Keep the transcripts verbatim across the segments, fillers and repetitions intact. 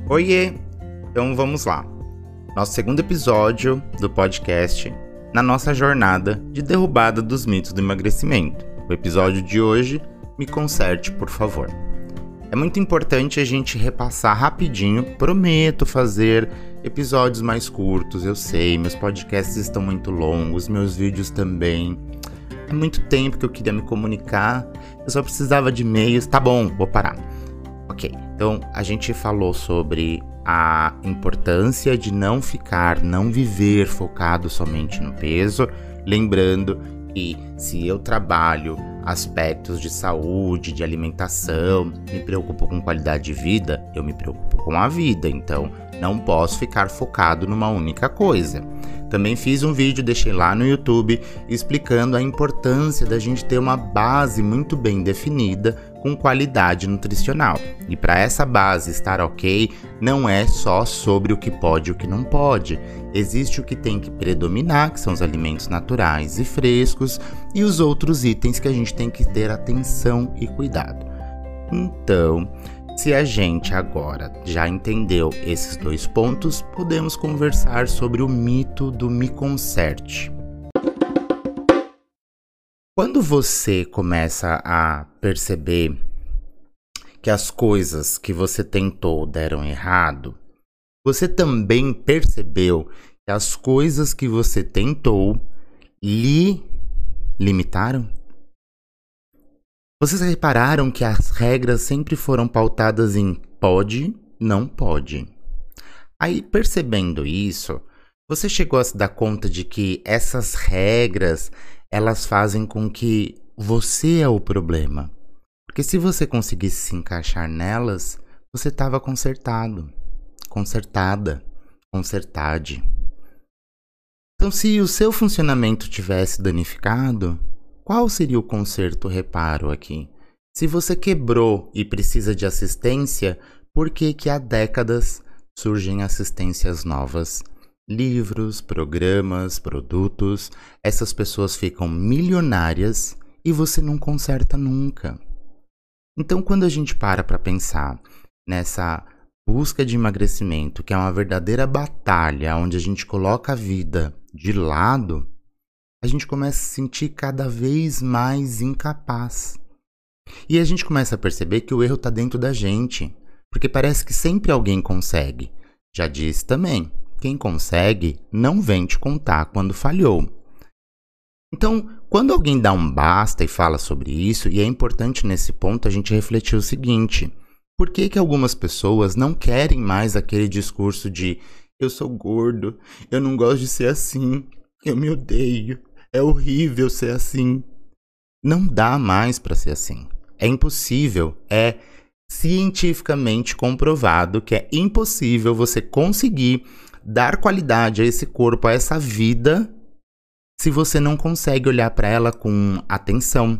Oiê! Então vamos lá. Nosso segundo episódio do podcast na nossa jornada de derrubada dos mitos do emagrecimento. O episódio de hoje, Me Conserte, por favor. É muito importante a gente repassar rapidinho. Prometo fazer episódios mais curtos, eu sei, meus podcasts estão muito longos, meus vídeos também. É muito tempo que eu queria me comunicar, eu só precisava de meios. Tá bom, vou parar. Ok, então a gente falou sobre a importância de não ficar, não viver focado somente no peso, lembrando que se eu trabalho aspectos de saúde, de alimentação, me preocupo com qualidade de vida, eu me preocupo com a vida, então não posso ficar focado numa única coisa. Também fiz um vídeo, deixei lá no YouTube, explicando a importância da gente ter uma base muito bem definida com qualidade nutricional. E para essa base estar ok, não é só sobre o que pode e o que não pode. Existe o que tem que predominar, que são os alimentos naturais e frescos, e os outros itens que a gente tem que ter atenção e cuidado. Então, se a gente agora já entendeu esses dois pontos, podemos conversar sobre o mito do Me Conserte. Quando você começa a perceber que as coisas que você tentou deram errado, você também percebeu que as coisas que você tentou lhe limitaram? Vocês repararam que as regras sempre foram pautadas em pode, não pode. Aí, percebendo isso, você chegou a se dar conta de que essas regras, elas fazem com que você é o problema. Porque se você conseguisse se encaixar nelas, você estava consertado, consertada, consertade. Então, se o seu funcionamento tivesse danificado, qual seria o conserto reparo aqui? Se você quebrou e precisa de assistência, por que que há décadas surgem assistências novas? Livros, programas, produtos, essas pessoas ficam milionárias e você não conserta nunca. Então, quando a gente para para pensar nessa busca de emagrecimento, que é uma verdadeira batalha, onde a gente coloca a vida de lado, a gente começa a se sentir cada vez mais incapaz. E a gente começa a perceber que o erro está dentro da gente, porque parece que sempre alguém consegue. Já disse também, quem consegue não vem te contar quando falhou. Então, quando alguém dá um basta e fala sobre isso, e é importante nesse ponto a gente refletir o seguinte: por que que algumas pessoas não querem mais aquele discurso de eu sou gordo, eu não gosto de ser assim, eu me odeio, é horrível ser assim? Não dá mais para ser assim. É impossível, é cientificamente comprovado que é impossível você conseguir dar qualidade a esse corpo, a essa vida, se você não consegue olhar para ela com atenção,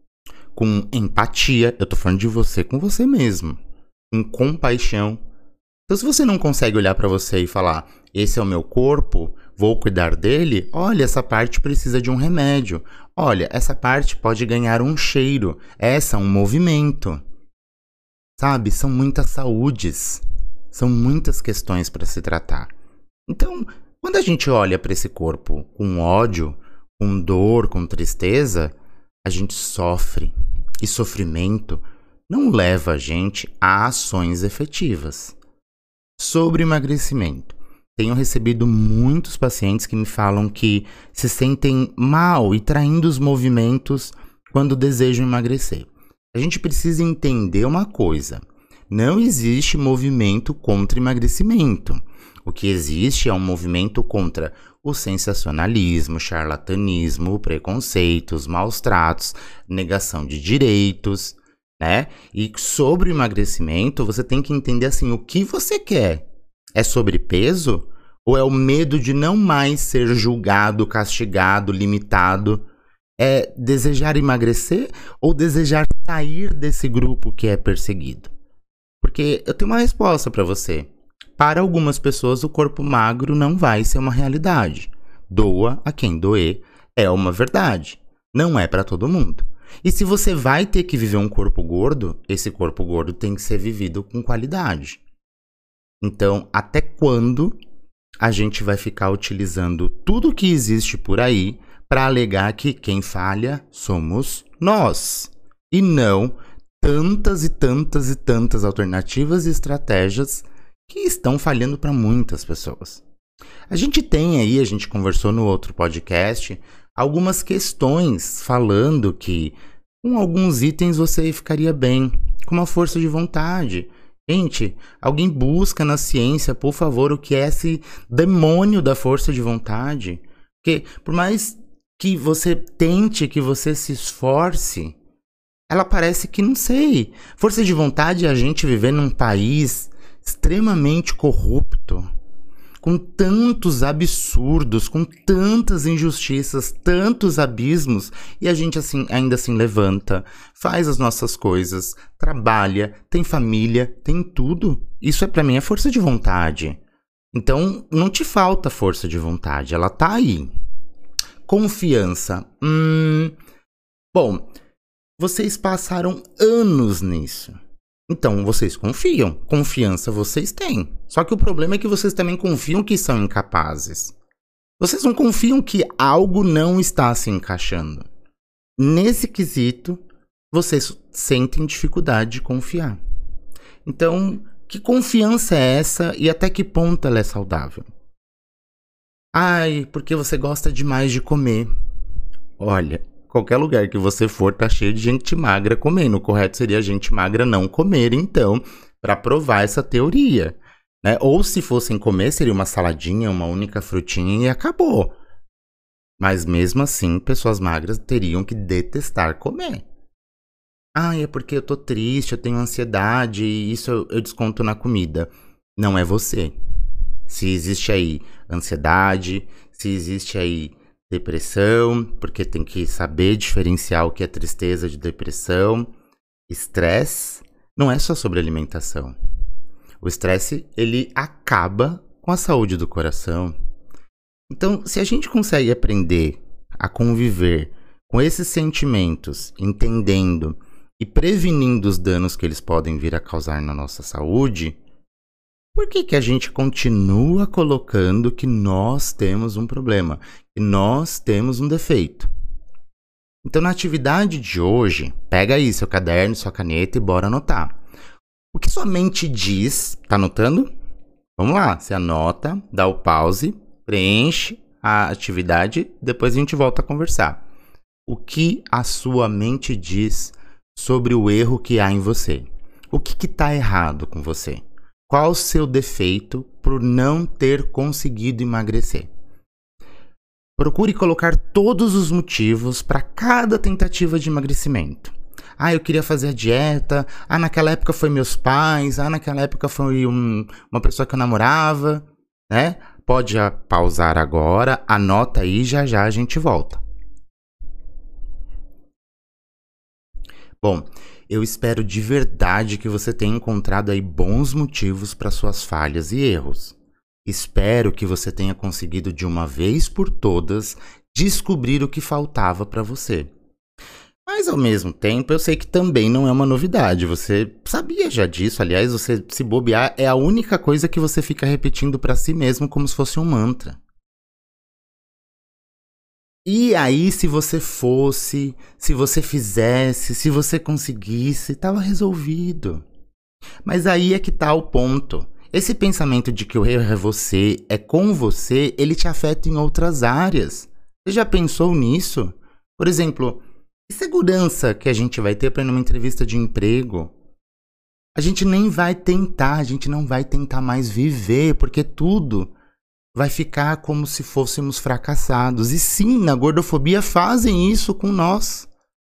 com empatia. Eu tô falando de você com você mesmo, com compaixão. Então, se você não consegue olhar para você e falar, esse é o meu corpo, vou cuidar dele, olha, essa parte precisa de um remédio. Olha, essa parte pode ganhar um cheiro. Essa é um movimento. Sabe, são muitas saúdes. São muitas questões para se tratar. Então, quando a gente olha para esse corpo com ódio, com dor, com tristeza, a gente sofre. E sofrimento não leva a gente a ações efetivas. Sobre emagrecimento, tenho recebido muitos pacientes que me falam que se sentem mal e traindo os movimentos quando desejam emagrecer. A gente precisa entender uma coisa: não existe movimento contra emagrecimento. O que existe é um movimento contra o sensacionalismo, o charlatanismo, o preconceito, os maus tratos, negação de direitos, né? E sobre o emagrecimento, você tem que entender assim, o que você quer? É sobre peso? Ou é o medo de não mais ser julgado, castigado, limitado? É desejar emagrecer ou desejar sair desse grupo que é perseguido? Porque eu tenho uma resposta para você. Para algumas pessoas, o corpo magro não vai ser uma realidade. Doa a quem doer, é uma verdade. Não é para todo mundo. E se você vai ter que viver um corpo gordo, esse corpo gordo tem que ser vivido com qualidade. Então, até quando a gente vai ficar utilizando tudo que existe por aí para alegar que quem falha somos nós? E não tantas e tantas e tantas alternativas e estratégias que estão falhando para muitas pessoas. A gente tem aí, a gente conversou no outro podcast, algumas questões falando que com alguns itens você ficaria bem, com uma força de vontade. Gente, alguém busca na ciência, por favor, o que é esse demônio da força de vontade. Porque por mais que você tente, que você se esforce, ela parece que, não sei, força de vontade é a gente viver num país extremamente corrupto, com tantos absurdos, com tantas injustiças, tantos abismos, e a gente assim, ainda assim levanta, faz as nossas coisas, trabalha, tem família, tem tudo. Isso é, pra mim, é força de vontade. Então, não te falta força de vontade, ela tá aí. Confiança. Hum, bom, vocês passaram anos nisso. Então, vocês confiam. Confiança vocês têm. Só que o problema é que vocês também confiam que são incapazes. Vocês não confiam que algo não está se encaixando. Nesse quesito, vocês sentem dificuldade de confiar. Então, que confiança é essa e até que ponto ela é saudável? Ai, porque você gosta demais de comer. Olha, qualquer lugar que você for tá cheio de gente magra comendo. O correto seria a gente magra não comer, então, para provar essa teoria, né? Ou se fossem comer, seria uma saladinha, uma única frutinha e acabou. Mas mesmo assim, pessoas magras teriam que detestar comer. Ah, é porque eu tô triste, eu tenho ansiedade e isso eu, eu desconto na comida. Não é você. Se existe aí ansiedade, se existe aí depressão, porque tem que saber diferenciar o que é tristeza de depressão. Estresse não é só sobre alimentação. O estresse, ele acaba com a saúde do coração. Então, se a gente consegue aprender a conviver com esses sentimentos, entendendo e prevenindo os danos que eles podem vir a causar na nossa saúde, por que que a gente continua colocando que nós temos um problema, que nós temos um defeito? Então, na atividade de hoje, pega aí seu caderno, sua caneta e bora anotar. O que sua mente diz? Tá anotando? Vamos lá, você anota, dá o pause, preenche a atividade, depois a gente volta a conversar. O que a sua mente diz sobre o erro que há em você? O que que tá errado com você? Qual o seu defeito por não ter conseguido emagrecer? Procure colocar todos os motivos para cada tentativa de emagrecimento. Ah, eu queria fazer a dieta. Ah, naquela época foi meus pais. Ah, naquela época foi um, uma pessoa que eu namorava, né? Pode já pausar agora, anota aí, já já a gente volta. Bom, eu espero de verdade que você tenha encontrado aí bons motivos para suas falhas e erros. Espero que você tenha conseguido de uma vez por todas descobrir o que faltava para você. Mas ao mesmo tempo eu sei que também não é uma novidade, você sabia já disso, aliás, você se bobear é a única coisa que você fica repetindo para si mesmo como se fosse um mantra. E aí, se você fosse, se você fizesse, se você conseguisse, estava resolvido. Mas aí é que tá o ponto. Esse pensamento de que o erro é você, é com você, ele te afeta em outras áreas. Você já pensou nisso? Por exemplo, que segurança que a gente vai ter para ir numa entrevista de emprego? A gente nem vai tentar, a gente não vai tentar mais viver, porque tudo vai ficar como se fôssemos fracassados. E sim, na gordofobia fazem isso com nós.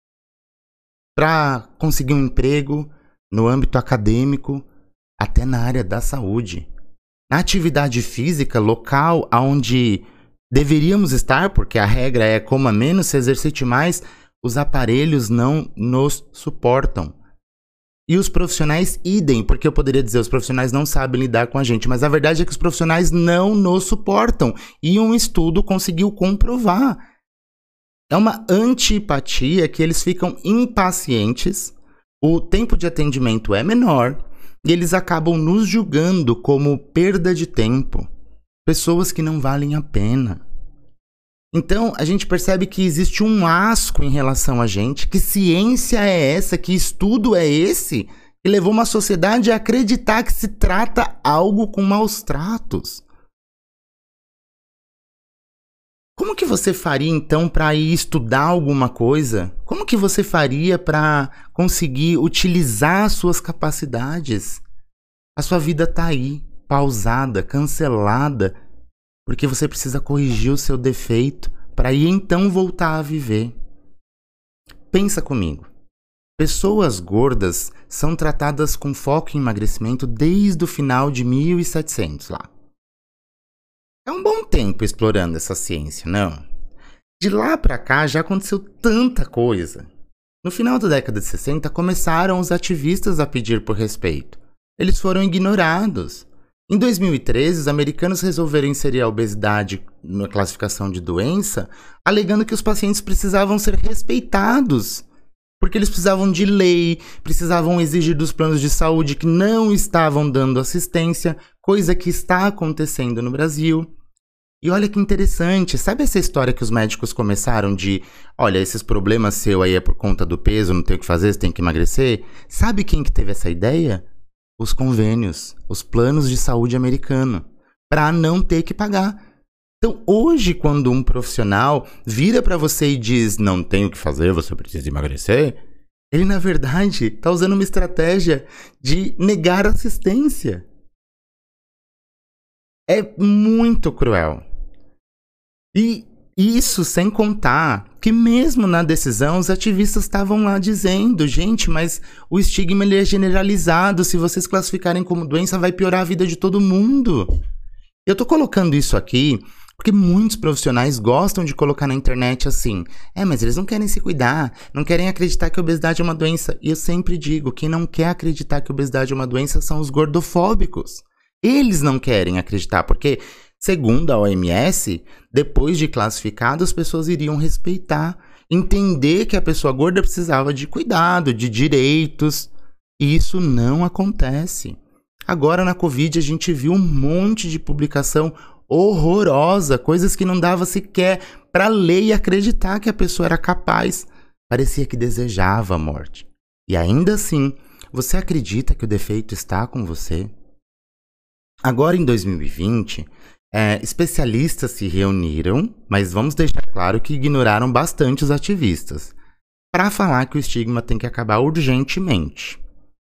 Para conseguir um emprego no âmbito acadêmico, até na área da saúde. Na atividade física, local onde deveríamos estar, porque a regra é coma menos, se exercite mais, os aparelhos não nos suportam. E os profissionais, idem, porque eu poderia dizer, os profissionais não sabem lidar com a gente, mas a verdade é que os profissionais não nos suportam. E um estudo conseguiu comprovar. É uma antipatia que eles ficam impacientes, o tempo de atendimento é menor, E eles acabam nos julgando como perda de tempo, pessoas que não valem a pena. Então, a gente percebe que existe um asco em relação a gente, que ciência é essa, que estudo é esse, que levou uma sociedade a acreditar que se trata algo com maus tratos. Como que você faria, então, para ir estudar alguma coisa? Como que você faria para conseguir utilizar suas capacidades? A sua vida tá aí, pausada, cancelada, porque você precisa corrigir o seu defeito para aí então voltar a viver. Pensa comigo. Pessoas gordas são tratadas com foco em emagrecimento desde o final de mil e setecentos lá. É um bom tempo explorando essa ciência, não? De lá para cá já aconteceu tanta coisa. No final da década de sessenta começaram os ativistas a pedir por respeito. Eles foram ignorados. Em dois mil e treze, os americanos resolveram inserir a obesidade na classificação de doença, alegando que os pacientes precisavam ser respeitados, porque eles precisavam de lei, precisavam exigir dos planos de saúde que não estavam dando assistência, coisa que está acontecendo no Brasil. E olha que interessante, sabe essa história que os médicos começaram de, olha, esses problemas seu aí é por conta do peso, não tem o que fazer, você tem que emagrecer? Sabe quem que teve essa ideia? Os convênios, os planos de saúde americano, para não ter que pagar. Então, hoje, quando um profissional vira para você e diz, não tem o que fazer, você precisa emagrecer, ele, na verdade, está usando uma estratégia de negar assistência. É muito cruel. E isso sem contar que mesmo na decisão os ativistas estavam lá dizendo, gente, mas o estigma ele é generalizado, se vocês classificarem como doença vai piorar a vida de todo mundo. Eu tô colocando isso aqui porque muitos profissionais gostam de colocar na internet assim, é, mas eles não querem se cuidar, não querem acreditar que a obesidade é uma doença. E eu sempre digo, quem não quer acreditar que a obesidade é uma doença são os gordofóbicos. Eles não querem acreditar, porque segundo a O M S, depois de classificado, as pessoas iriam respeitar, entender que a pessoa gorda precisava de cuidado, de direitos. E isso não acontece. Agora na Covid a gente viu um monte de publicação horrorosa, coisas que não dava sequer para ler e acreditar que a pessoa era capaz. Parecia que desejava a morte. E ainda assim, você acredita que o defeito está com você? Agora em dois mil e vinte... É, especialistas se reuniram, mas vamos deixar claro que ignoraram bastante os ativistas, para falar que o estigma tem que acabar urgentemente.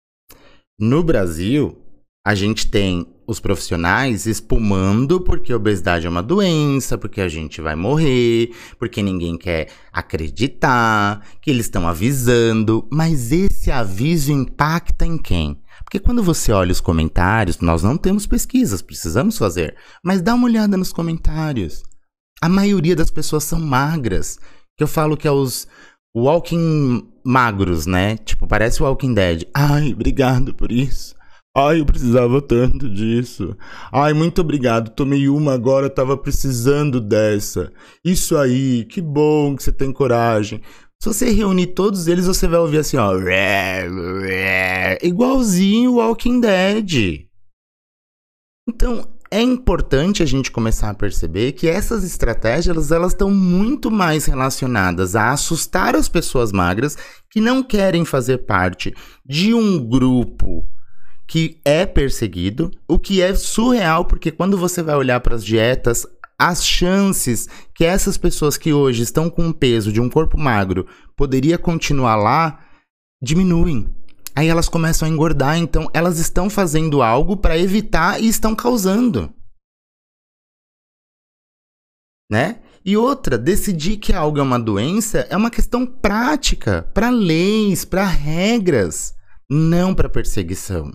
No Brasil, a gente tem os profissionais espumando porque a obesidade é uma doença, porque a gente vai morrer, porque ninguém quer acreditar, que eles estão avisando, mas esse aviso impacta em quem? Porque quando você olha os comentários, nós não temos pesquisas, precisamos fazer, mas dá uma olhada nos comentários. A maioria das pessoas são magras, que eu falo que é os walking magros, né? Tipo, parece o Walking Dead. Ai, obrigado por isso. Ai, eu precisava tanto disso. Ai, muito obrigado, tomei uma agora, tava precisando dessa. Isso aí, que bom que você tem coragem. Se você reunir todos eles, você vai ouvir assim, ó. Igualzinho o Walking Dead. Então, é importante a gente começar a perceber que essas estratégias, elas estão muito mais relacionadas a assustar as pessoas magras que não querem fazer parte de um grupo que é perseguido, o que é surreal, porque quando você vai olhar para as dietas, as chances que essas pessoas que hoje estão com o peso de um corpo magro poderia continuar lá, diminuem. Aí elas começam a engordar, então elas estão fazendo algo para evitar e estão causando. Né? E outra, decidir que algo é uma doença é uma questão prática, para leis, para regras, não para perseguição.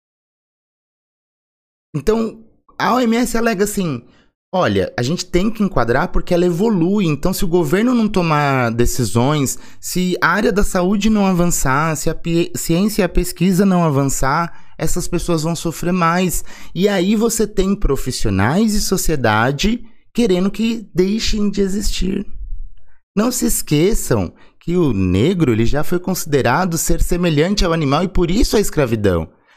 Então, a O M S alega assim, olha, a gente tem que enquadrar porque ela evolui, então se o governo não tomar decisões, se a área da saúde não avançar, se a ciência e a pesquisa não avançar, essas pessoas vão sofrer mais. E aí você tem profissionais e sociedade querendo que deixem de existir. Não se esqueçam que o negro ele já foi considerado ser semelhante ao animal e por isso a escravidão.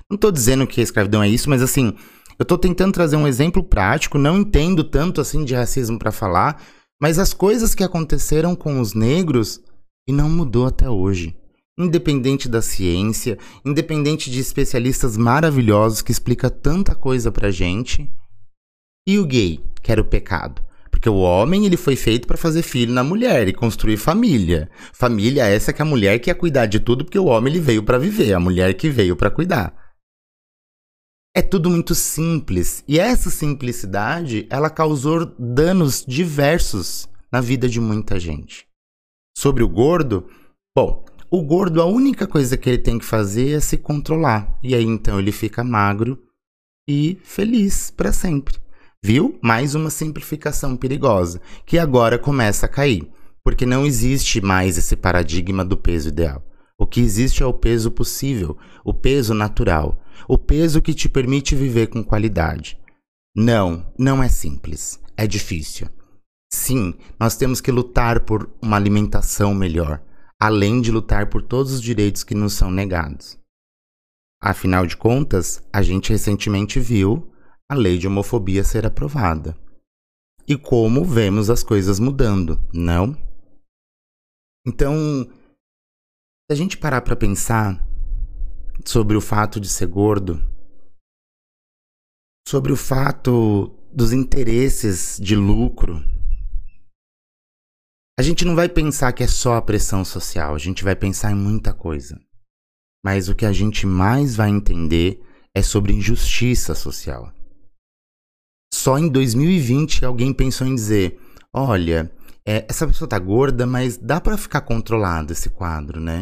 Não tô dizendo que a escravidão é isso, mas assim, eu tô tentando trazer um exemplo prático, não entendo tanto assim de racismo pra falar, mas as coisas que aconteceram com os negros e não mudou até hoje. Independente da ciência, independente de especialistas maravilhosos que explicam tanta coisa pra gente. E o gay, que era o pecado? Porque o homem ele foi feito para fazer filho na mulher e construir família. Família essa que a mulher quer cuidar de tudo, porque o homem ele veio para viver, a mulher que veio para cuidar. É tudo muito simples. E essa simplicidade, ela causou danos diversos na vida de muita gente. Sobre o gordo, bom, o gordo a única coisa que ele tem que fazer é se controlar. E aí então ele fica magro e feliz para sempre. Viu? Mais uma simplificação perigosa, que agora começa a cair, porque não existe mais esse paradigma do peso ideal. O que existe é o peso possível, o peso natural, o peso que te permite viver com qualidade. Não, não é simples, é difícil. Sim, nós temos que lutar por uma alimentação melhor, além de lutar por todos os direitos que nos são negados. Afinal de contas, a gente recentemente viu a lei de homofobia ser aprovada. E como vemos as coisas mudando, não? Então, se a gente parar para pensar sobre o fato de ser gordo, sobre o fato dos interesses de lucro, a gente não vai pensar que é só a pressão social, a gente vai pensar em muita coisa. Mas o que a gente mais vai entender é sobre injustiça social. Só em dois mil e vinte alguém pensou em dizer, olha, é, essa pessoa tá gorda, mas dá pra ficar controlado esse quadro, né?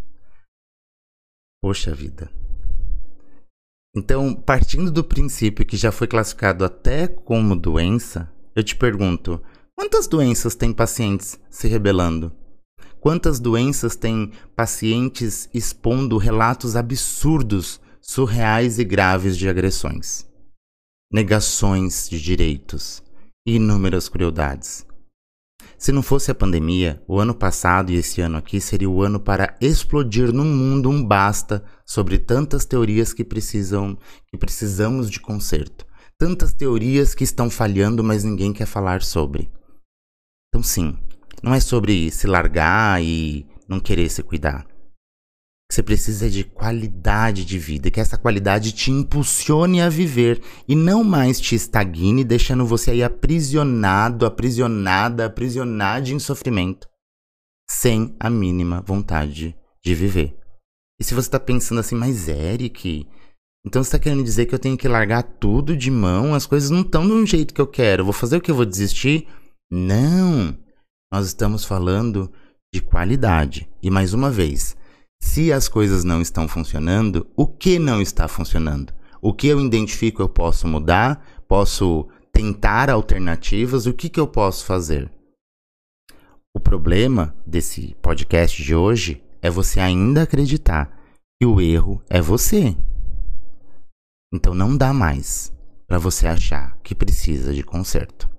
Poxa vida. Então, partindo do princípio que já foi classificado até como doença, eu te pergunto, quantas doenças tem pacientes se rebelando? Quantas doenças tem pacientes expondo relatos absurdos, surreais e graves de agressões? Negações de direitos e inúmeras crueldades. Se não fosse a pandemia, o ano passado e esse ano aqui seria o ano para explodir no mundo um basta sobre tantas teorias que precisam, que precisamos de conserto. Tantas teorias que estão falhando, mas ninguém quer falar sobre. Então sim, não é sobre se largar e não querer se cuidar. Você precisa de qualidade de vida, que essa qualidade te impulsione a viver e não mais te estagne, deixando você aí aprisionado, aprisionada, aprisionada em sofrimento, sem a mínima vontade de viver. E se você está pensando assim, mas Eric, então você está querendo dizer que eu tenho que largar tudo de mão, as coisas não estão do jeito que eu quero, eu vou fazer o que eu vou desistir? Não! Nós estamos falando de qualidade. E mais uma vez, se as coisas não estão funcionando, o que não está funcionando? O que eu identifico eu posso mudar? Posso tentar alternativas? O que, que eu posso fazer? O problema desse podcast de hoje é você ainda acreditar que o erro é você. Então não dá mais para você achar que precisa de conserto.